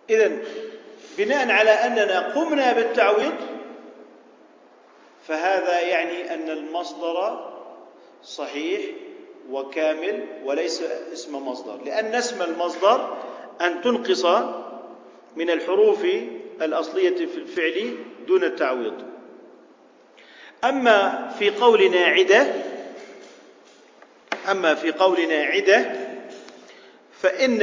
إذن بناء على أننا قمنا بالتعويض فهذا يعني أن المصدر صحيح وكامل وليس اسم مصدر، لأن اسم المصدر أن تنقص من الحروف الأصلية في الفعل دون التعويض. أما في قولنا عدة فإن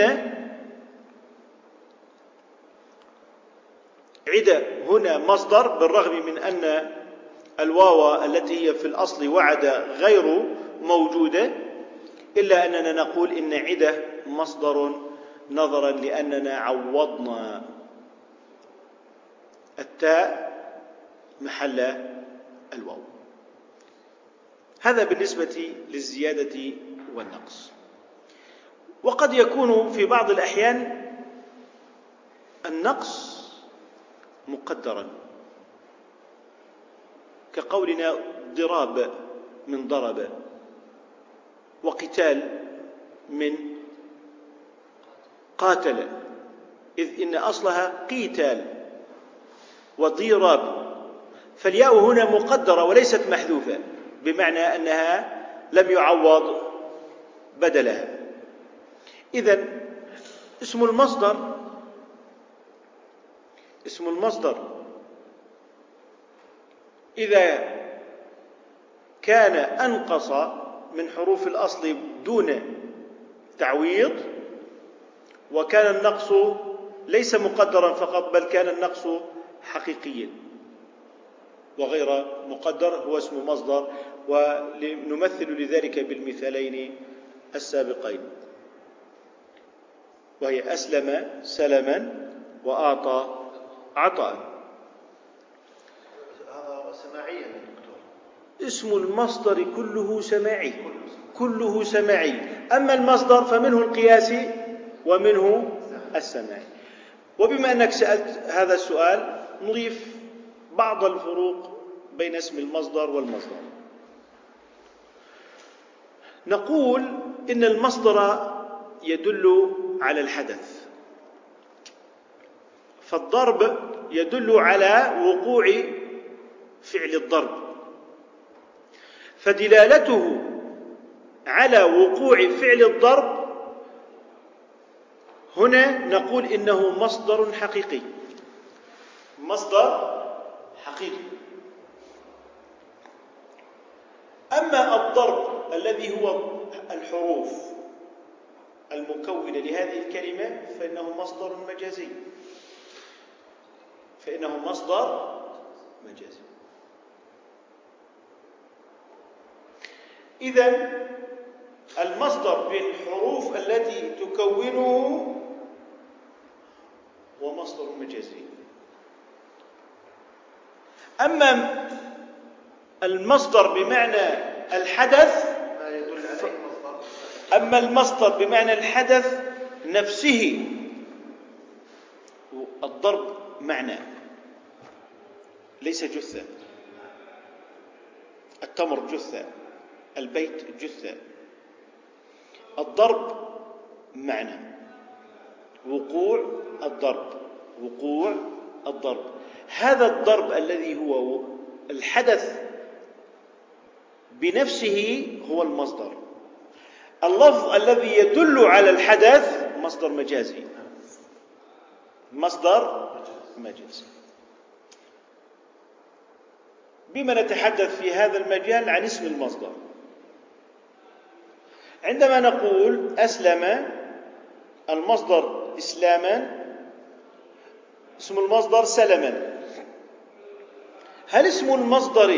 عدة هنا مصدر، بالرغم من أن الواو التي هي في الأصل وعد غير موجودة، إلا أننا نقول إن عدة مصدر نظرا لأننا عوضنا التاء محل الواو. هذا بالنسبة للزيادة والنقص. وقد يكون في بعض الأحيان النقص مقدرا، كقولنا ضراب من ضرب، وقتال من قاتل، إذ إن أصلها قيتال وضراب، فالياء هنا مقدرة وليست محذوفة، بمعنى أنها لم يعوض بدلها. إذن اسم المصدر إذا كان أنقص من حروف الأصل دون تعويض، وكان النقص ليس مقدرا فقط، بل كان النقص حقيقيا وغير مقدر، هو اسم مصدر، ونمثل لذلك بالمثالين السابقين، وهي أسلم سلما وأعطى عطاء. هذا سماعيا دكتور، اسم المصدر كله سماعي، أما المصدر فمنه القياسي ومنه السماعي. وبما أنك سألت هذا السؤال نضيف بعض الفروق بين اسم المصدر والمصدر. نقول إن المصدر يدل على الحدث، فالضرب يدل على وقوع فعل الضرب، فدلالته على وقوع فعل الضرب هنا نقول إنه مصدر حقيقي. أما الضرب الذي هو الحروف المكونة لهذه الكلمة فإنه مصدر مجازي. إذن المصدر بالحروف التي تكونه هو مصدر مجازي. أما المصدر بمعنى الحدث، أما المصدر بمعنى الحدث نفسه، الضرب معنى ليس جثة، التمر جثة، البيت جثة. الضرب معنى، وقوع الضرب، هذا الضرب الذي هو الحدث بنفسه هو المصدر. اللفظ الذي يدل على الحدث مصدر مجازي. بما نتحدث في هذا المجال عن اسم المصدر، عندما نقول أسلم، المصدر إسلاما، اسم المصدر سلما. هل اسم المصدر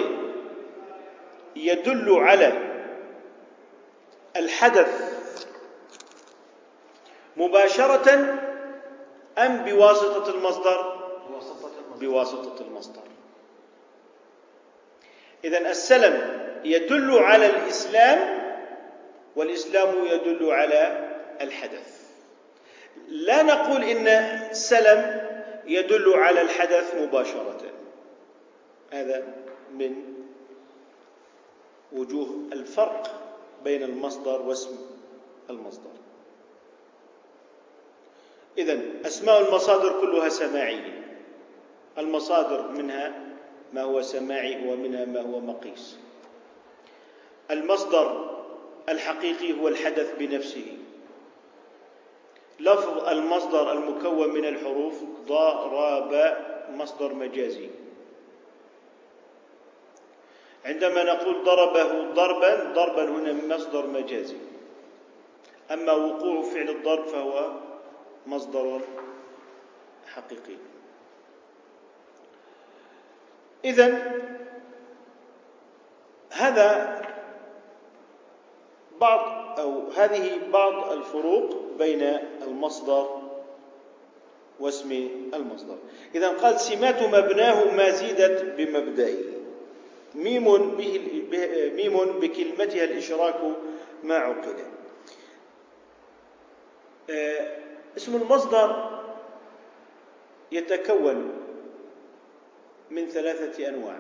يدل على الحدث مباشرة أم بواسطة المصدر؟ بواسطة المصدر. إذن السلم يدل على الإسلام، والإسلام يدل على الحدث. لا نقول إن السلم يدل على الحدث مباشرة. هذا من وجوه الفرق بين المصدر واسم المصدر. إذن أسماء المصادر كلها سماعية. المصادر منها ما هو سماعي ومنها ما هو مقيس. المصدر الحقيقي هو الحدث بنفسه. لفظ المصدر المكون من الحروف ضرب مصدر مجازي. عندما نقول ضربه ضربا، ضربا هنا مصدر مجازي. أما وقوع فعل الضرب فهو مصدر حقيقي. إذن هذه بعض الفروق بين المصدر واسم المصدر. إذن قال سمات مبناه ما زيدت بمبدئه. ميم بكلمتها الإشراك ما عقد. اسم المصدر يتكون من 3 أنواع.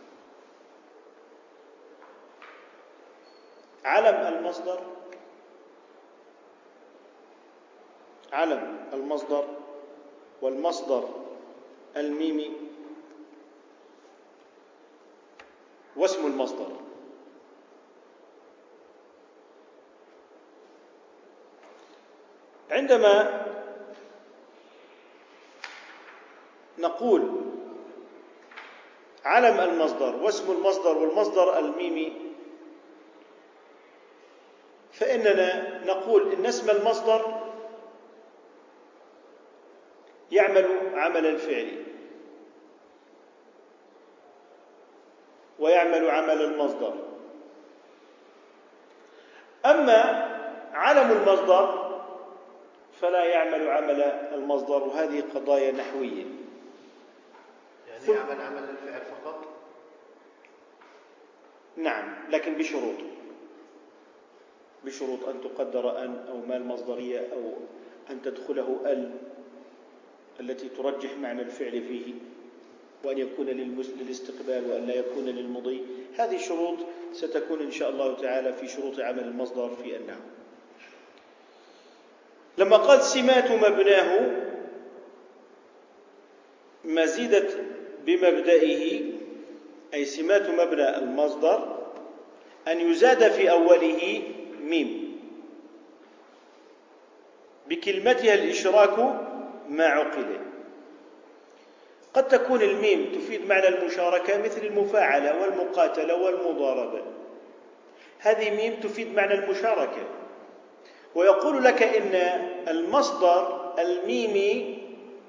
علم المصدر والمصدر الميمي واسم المصدر. عندما نقول علم المصدر واسم المصدر والمصدر الميمي، فإننا نقول إن اسم المصدر يعمل عمل الفعل ويعمل عمل المصدر. أما علم المصدر فلا يعمل عمل المصدر، وهذه قضايا نحوية. يعني يعمل عمل الفعل فقط؟ نعم، لكن بشروط أن تقدر أن أو ما المصدرية، أو أن تدخله التي ترجح معنى الفعل فيه، وأن يكون للاستقبال وأن لا يكون للمضي. هذه الشروط ستكون إن شاء الله تعالى في شروط عمل المصدر في النحو. لما قال سمات مبناه ما زيدت بمبدئه، أي سمات مبنى المصدر أن يزاد في أوله ميم بكلمتها الإشراك ما عقد. قد تكون الميم تفيد معنى المشاركة مثل المفاعلة والمقاتلة والمضاربة. هذه ميم تفيد معنى المشاركة. ويقول لك إن المصدر الميمي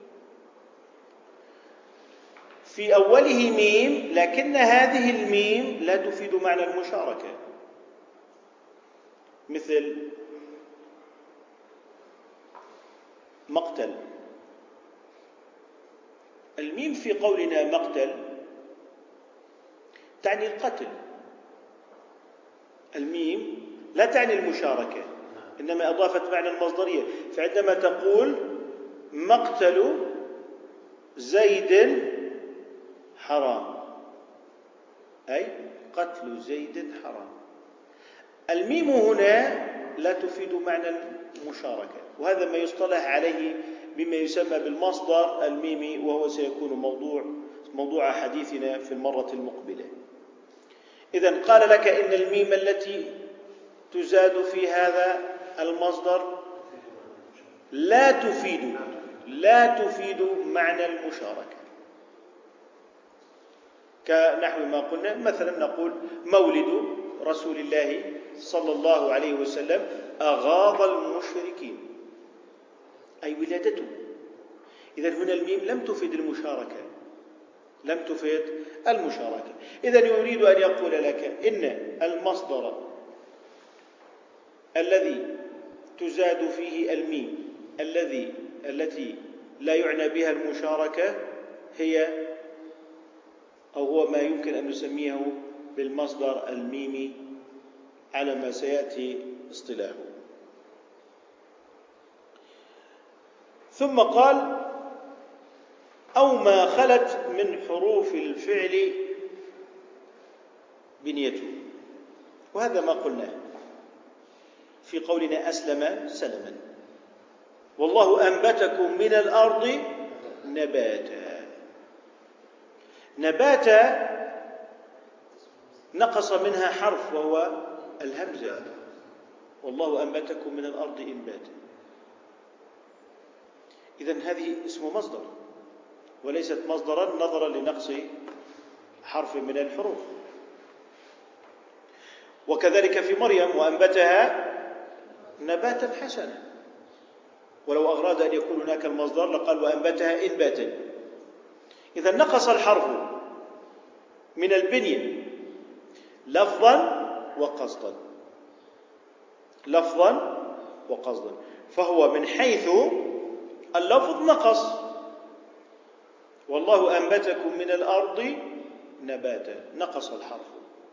في أوله ميم، لكن هذه الميم لا تفيد معنى المشاركة، مثل مقتل. الميم في قولنا مقتل تعني القتل. الميم لا تعني المشاركة، إنما أضافت معنى المصدرية. فعندما تقول مقتل زيد حرام، أي قتل زيد حرام. الميم هنا لا تفيد معنى المشاركة، وهذا ما يصطلح عليه بما يسمى بالمصدر الميمي، وهو سيكون موضوع حديثنا في المرة المقبلة. إذن قال لك إن الميم التي تزاد في هذا المصدر لا تفيد معنى المشاركة، كنحو ما قلنا. مثلا نقول مولد رسول الله صلى الله عليه وسلم أغاظ المشركين، أي ولادته. إذن هنا الميم لم تفيد المشاركة، إذن يريد أن يقول لك إن المصدر الذي تزاد فيه الميم التي لا يعنى بها المشاركة هو ما يمكن أن نسميه بالمصدر الميمي على ما سيأتي اصطلاحه. ثم قال أو ما خلت من حروف الفعل بنيته، وهذا ما قلناه في قولنا أسلم سلما. والله أنبتكم من الأرض نباتا. نباتا نقص منها حرف وهو الهمزة. والله أنبتكم من الأرض إنباتا. إذن هذه اسم مصدر وليست مصدرا نظرا لنقص حرف من الحروف. وكذلك في مريم وأنبتها نباتا حسنا، ولو أراد أن يكون هناك المصدر لقال وأنبتها إنباتا. إذا نقص الحرف من البنية لفظا وقصدا، لفظا وقصدا، فهو من حيث اللفظ نقص. والله أنبتكم من الأرض نباتا، نقص الحرف.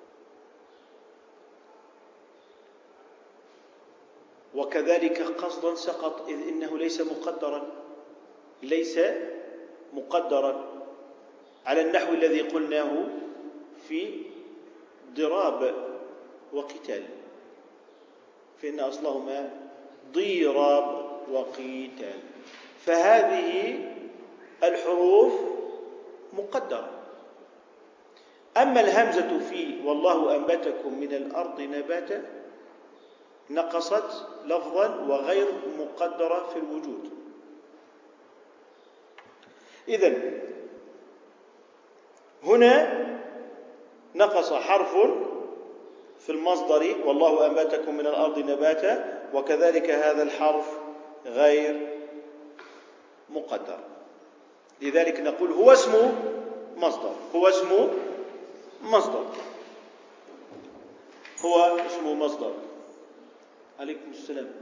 وكذلك قصدا سقط، إذ إنه ليس مقدرا، ليس مقدرا على النحو الذي قلناه في ضراب وقتال، فإن أصلهما ضراب وقتال. فهذه الحروف مقدرة. أما الهمزة في والله أنبتكم من الأرض نباتا نقصت لفظا وغير مقدرة في الوجود. إذن هنا نقص حرف في المصدر والله أنبتكم من الأرض نباتا، وكذلك هذا الحرف غير مقدر. لذلك نقول هو اسم مصدر، هو اسم مصدر، هو اسم مصدر. عليكم السلام.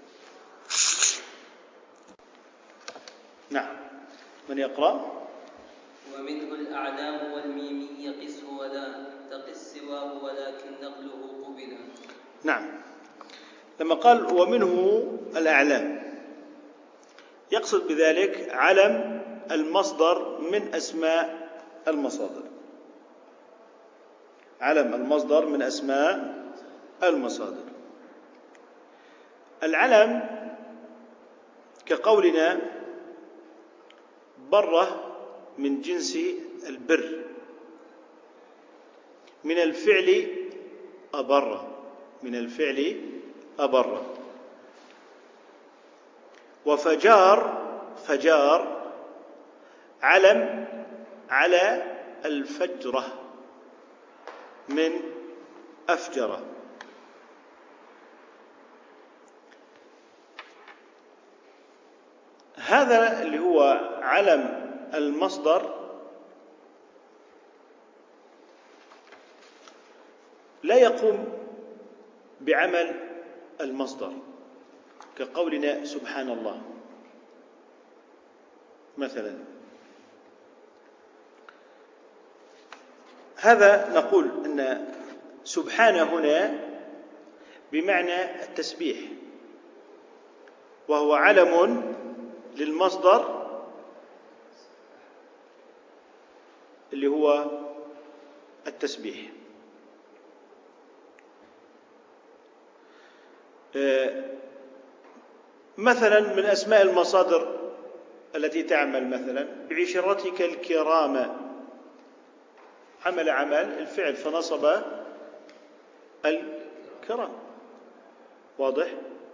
نعم، من يقرأ؟ ومنه الأعلام والميمي قسه ولا تقس سواه ولكن نقله قبلا. نعم، لما قال ومنه الأعلام يقصد بذلك علم المصدر من أسماء المصادر، علم المصدر من أسماء المصادر. العلم كقولنا بره من جنس البر، من الفعل أبر، من الفعل أبر. وفجار، فجار علم على الفجرة من أفجر. هذا اللي هو علم المصدر لا يقوم بعمل المصدر، كقولنا سبحان الله مثلا. هذا نقول أن سبحان هنا بمعنى التسبيح، وهو علم للمصدر اللي هو التسبيح. مثلا من أسماء المصادر التي تعمل مثلا بعشرتك الكرام، عمل عمل الفعل فنصب الكرام، واضح؟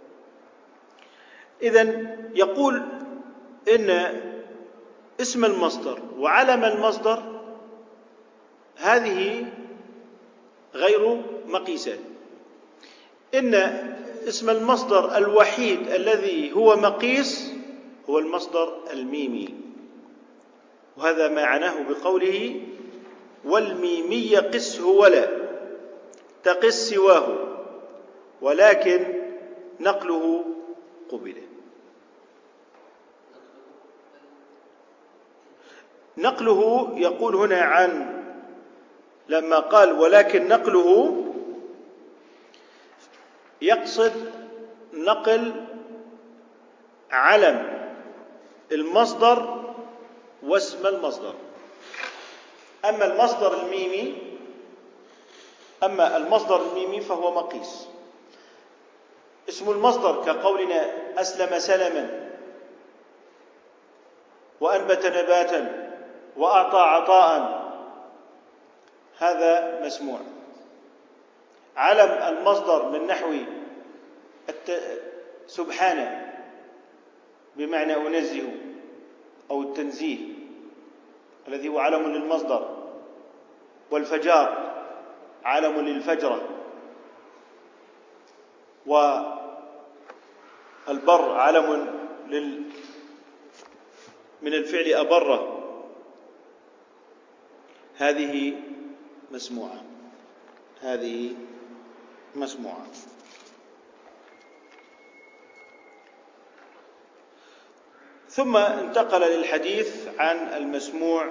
إذن يقول إن اسم المصدر وعلم المصدر هذه غير مقيسة. إن اسم المصدر الوحيد الذي هو مقيس هو المصدر الميمي، وهذا ما معناه بقوله والميمي قسه ولا تقس سواه ولكن نقله قبل. نقله يقول هنا عن، لما قال ولكن نقله يقصد نقل علم المصدر واسم المصدر. أما المصدر الميمي فهو مقيس. اسم المصدر كقولنا أسلم سلما وأنبت نباتا وأعطى عطاء، هذا مسموع. علم المصدر من نحو سبحانه بمعنى أنزه أو التنزيه الذي هو علم للمصدر، والفجار علم للفجرة، والبر علم من الفعل أبره، هذه مسموعة، هذه مسموعة. ثم انتقل للحديث عن المسموع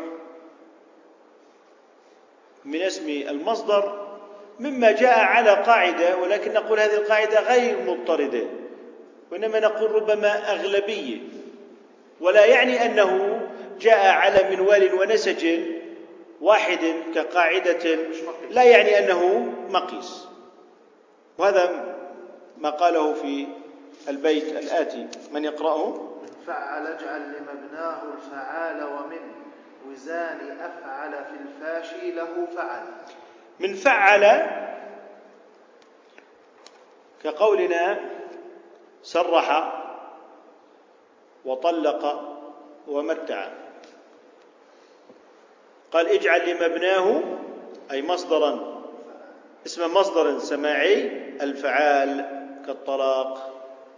من اسم المصدر مما جاء على قاعدة، ولكن نقول هذه القاعدة غير مضطردة، وإنما نقول ربما أغلبية، ولا يعني أنه جاء على منوال ونسج واحد كقاعدة، لا يعني أنه مقيس. وهذا ما قاله في البيت الآتي، من يقرأه؟ فعل اجعل لمبناه الفعال، ومن وزان أفعل في الفاشي له فعل. من فعل كقولنا سرح وطلق ومتع، قال اجعل لمبناه أي مصدرا، اسم مصدر سماعي الفعال كالطلاق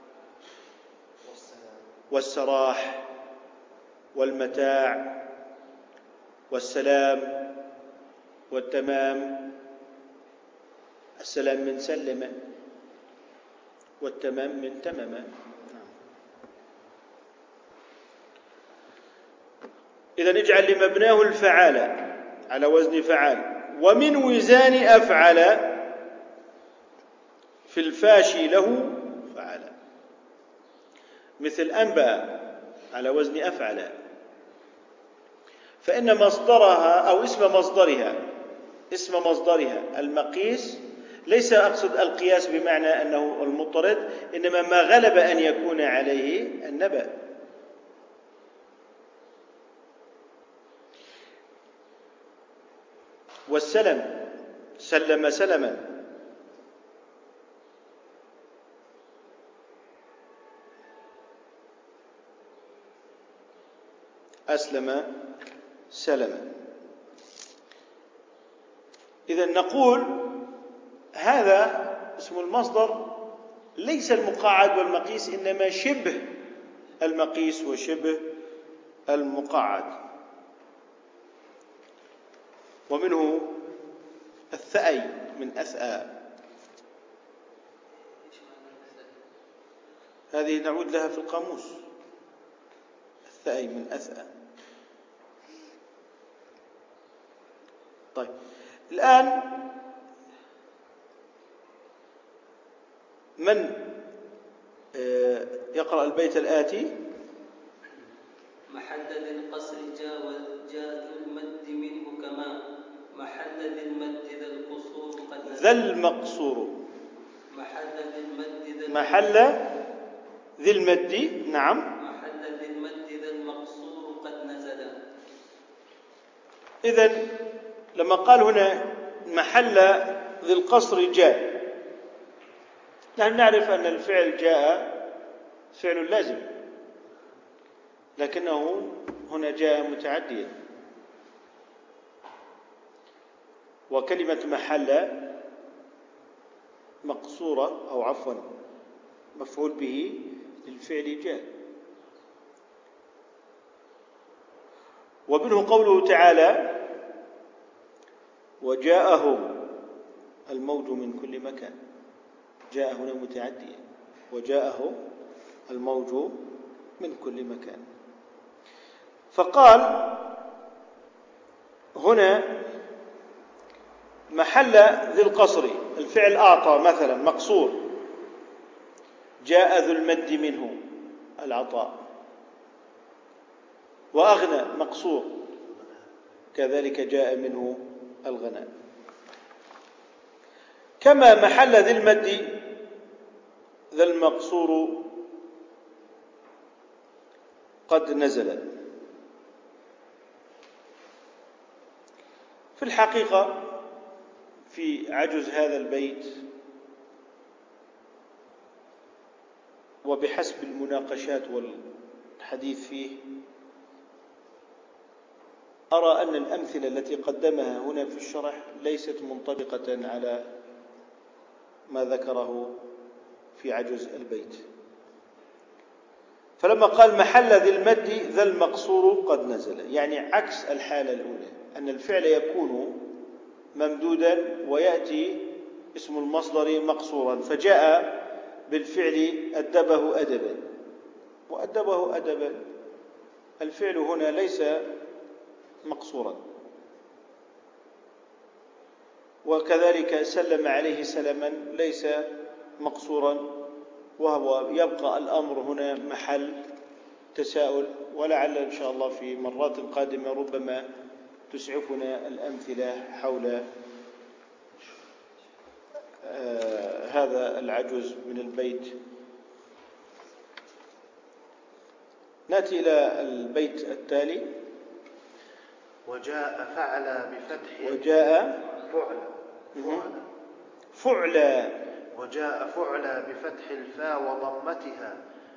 والسراح والمتاع والسلام والتمام. السلام من سلم، والتمام من تمم. إذن اجعل لمبناه الفعال على وزن فعال، ومن وزان أفعل في الفاشي له فعل، مثل أنبأ على وزن أفعل، فإن مصدرها أو اسم مصدرها المقيس، ليس أقصد القياس بمعنى أنه المضطرد، إنما ما غلب أن يكون عليه النبأ. والسلم سلم سلما، أسلم سلما. إذن نقول هذا اسم المصدر ليس المقاعد والمقيس، إنما شبه المقيس وشبه المقاعد. ومنه الثأي من أثأى، هذه نعود لها في القاموس، الثأي من أثأى. طيب الآن من يقرأ البيت الآتي؟ محل ذي القصر جاء ذو المد منه، كما محل ذي المد ذا القصور قد نزل. ذا المقصور، محل ذي المد محل ذي المد، نعم، محل ذي المد ذا المقصور قد نزل. إذن لما قال هنا محل ذي القصر جاء، نحن نعرف أن الفعل جاء فعل لازم، لكنه هنا جاء متعديا. وكلمة محل مقصورة أو عفوا مفعول به للفعل جاء. ومنه قوله تعالى وجاءه الموج من كل مكان، جاء هنا متعديا، وجاءه الموج من كل مكان. فقال هنا محل ذي القصر، الفعل أعطى مثلا مقصور، جاء ذو المد منه العطاء، وأغنى مقصور، كذلك جاء منه الغناء. كما محل ذي المد ذا المقصور قد نزل، في الحقيقة في عجز هذا البيت وبحسب المناقشات والحديث فيه أرى أن الأمثلة التي قدمها هنا في الشرح ليست منطبقة على ما ذكره في عجز البيت. فلما قال محل ذي المد ذا المقصور قد نزل، يعني عكس الحالة الأولى، أن الفعل يكون ممدودا ويأتي اسم المصدر مقصورا، فجاء بالفعل أدبه أدبا، وأدبه أدبا الفعل هنا ليس مقصورا. وكذلك سلم عليه سلما ليس مقصورا، وهو يبقى الأمر هنا محل تساؤل، ولعل إن شاء الله في مرات قادمة ربما تسعفنا الأمثلة حول هذا العجز من البيت. نأتي إلى البيت التالي. وجاء فعل بفتح وجاء فعل وجاء فعل بفتح الفاء وضمتها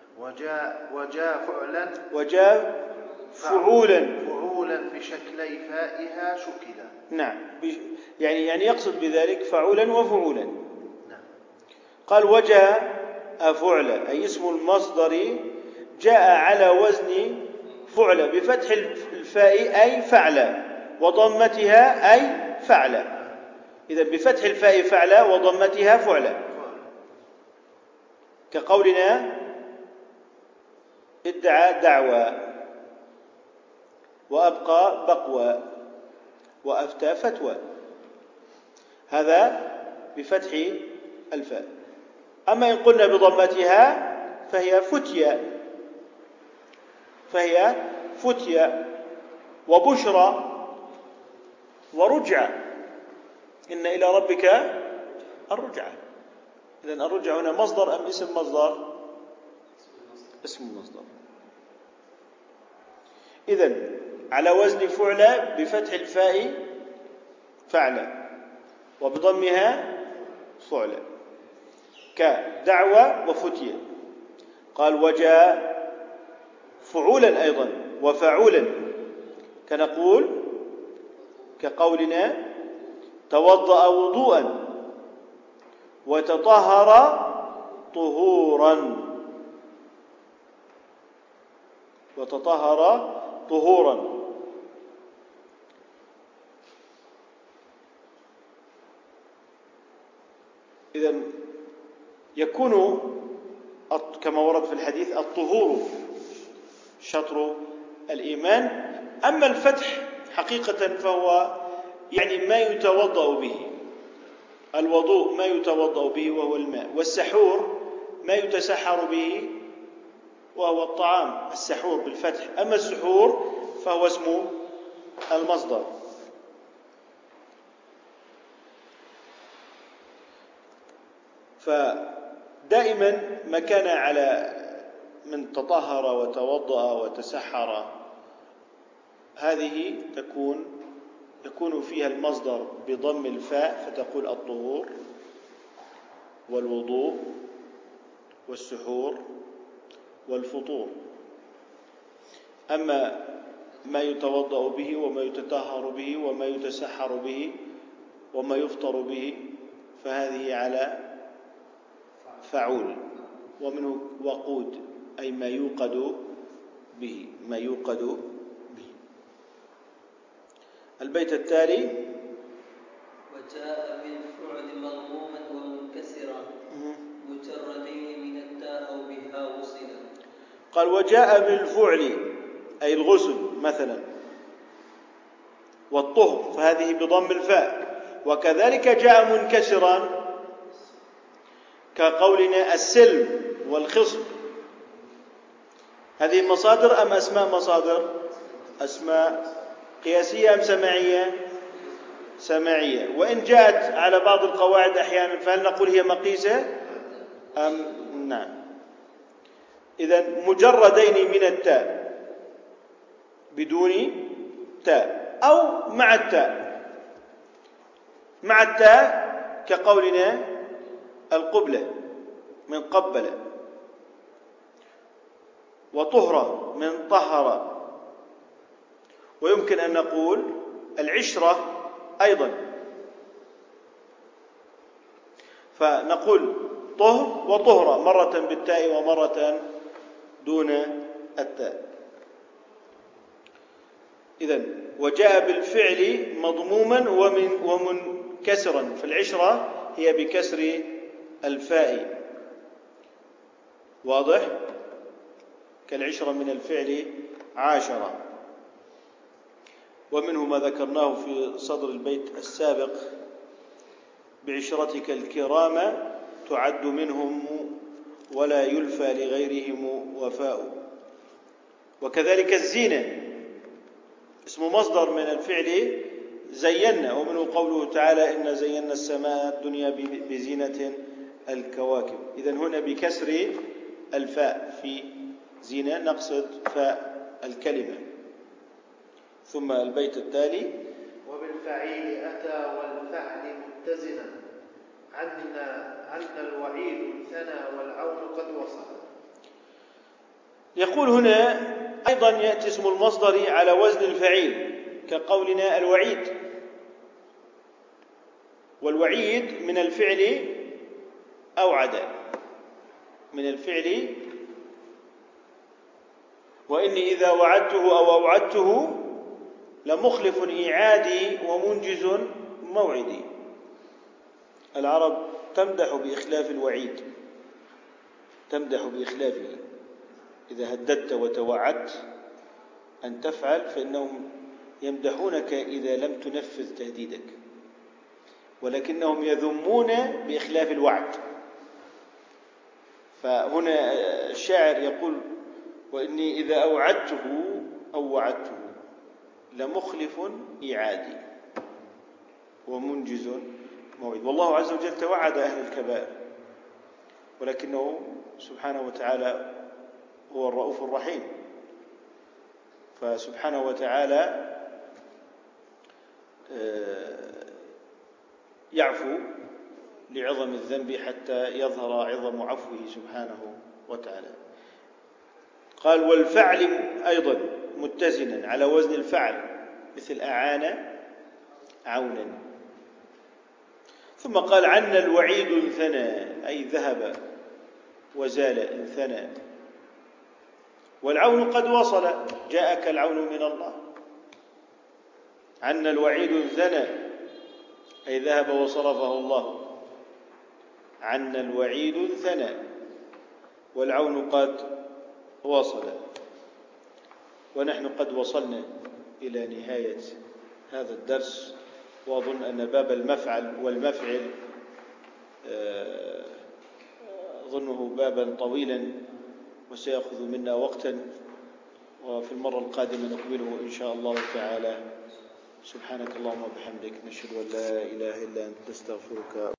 وجاء فعولا بشكلي فائها شكلا. نعم، يعني يقصد بذلك فعولا وفعولا. نعم. قال وجاء فعل أي اسم المصدر جاء على وزن فعل بفتح الفاء أي فعل وضمتها أي فعل. إذن بفتح الفاء فعل وضمتها فعل، كقولنا ادعى دعوى، وأبقى بقوى، وأفتى فتوى، هذا بفتح الفاء. أما إن قلنا بضمتها فهي فتية وبشرى ورجعة. إن إلى ربك الرجعة. إذن الرجعة هنا مصدر أم اسم مصدر؟ اسم مصدر. إذن على وزن فعل بفتح الفاء فعل وبضمها فعل، كدعوة وفتية. قال وجاء فعولا أيضا وفعولا، كنقول كقولنا توضأ وضوءا وتطهر طهورا، وتطهر طهورا. إذن يكون كما ورد في الحديث الطهور شطر الإيمان. أما الفتح حقيقة فهو يعني ما يتوضأ به، الوضوء ما يتوضأ به وهو الماء، والسحور ما يتسحر به وهو الطعام، السحور بالفتح. أما السحور فهو اسم المصدر. فدائما ما كان على من تطهر وتوضأ وتسحر، هذه يكون فيها المصدر بضم الفاء، فتقول الطهور والوضوء والسحور والفطور. أما ما يتوضأ به وما يتطهر به وما يتسحر به وما يفطر به فهذه على فعول، ومنه وقود أي ما يوقد به، ما يوقد به. البيت التالي وجاء بالفعل مضموما ومنكسرا مجردين من التاء أو بها وصلا. قال وجاء بالفعل أي الغسل مثلا والطهر، فهذه بضم الفاء. وكذلك جاء منكسرا كقولنا السلم والخصم. هذه مصادر أم أسماء مصادر؟ أسماء قياسية أم سماعية؟ سماعية. وإن جاءت على بعض القواعد أحيانا فهل نقول هي مقيسة أم؟ نعم. إذن مجردين من التاء بدون تاء أو مع التاء، مع التاء كقولنا القبلة من قبل، وطهرة من طهر، ويمكن أن نقول العشرة أيضا، فنقول طهر وطهرة مرة بالتاء ومرة دون التاء. إذن وجاء بالفعل مضموما ومنكسرا، فالعشرة هي بكسر الفاء، واضح؟ كالعشرة من الفعل عاشرة. ومنه ما ذكرناه في صدر البيت السابق: بعشرتك الكرام تعد منهم ولا يلفى لغيرهم وفاء. وكذلك الزينة اسم مصدر من الفعل زينا، ومنه قوله تعالى: إن زينا السماء الدنيا بزينة الكواكب. إذن هنا بكسر الفاء في زينة، نقصد فاء الكلمة. ثم البيت التالي: وبالفعيل أتى والفعل متزنا، عنا الوعيد ثنى والعون قد وصل. يقول هنا أيضا يأتي اسم المصدر على وزن الفعيل كقولنا الوعيد، والوعيد من الفعل أوعد، من الفعل، وإني إذا وعدته أو أوعدته لمخلف إيعادي ومنجز موعدي. العرب تمدح بإخلاف الوعيد، تمدح بإخلافه. إذا هددت وتوعدت أن تفعل فإنهم يمدحونك إذا لم تنفذ تهديدك، ولكنهم يذمون بإخلاف الوعد. فهنا الشاعر يقول: وإني إذا أوعدته أو وعدته لمخلف إيعادي ومنجز موعد. والله عز وجل توعد أهل الكبائر، ولكنه سبحانه وتعالى هو الرؤوف الرحيم، فسبحانه وتعالى يعفو لعظم الذنب حتى يظهر عظم عفوه سبحانه وتعالى. قال: والفعل أيضا متزنا على وزن الفعل، مثل أعان عونا. ثم قال: عنا الوعيد انثنى، أي ذهب وزال، انثنى. والعون قد وصل، جاءك العون من الله. عنا الوعيد انثنى أي ذهب وصرفه الله، عنا الوعيد انثنى، والعون قد وصل. ونحن قد وصلنا إلى نهاية هذا الدرس، وأظن أن باب المفعل والمفعل أظنه بابا طويلا وسيأخذ منا وقتا، وفي المرة القادمة نكمله إن شاء الله تعالى. سبحانك اللهم وبحمدك، نشهد أن لا إله إلا أنت، نستغفرك.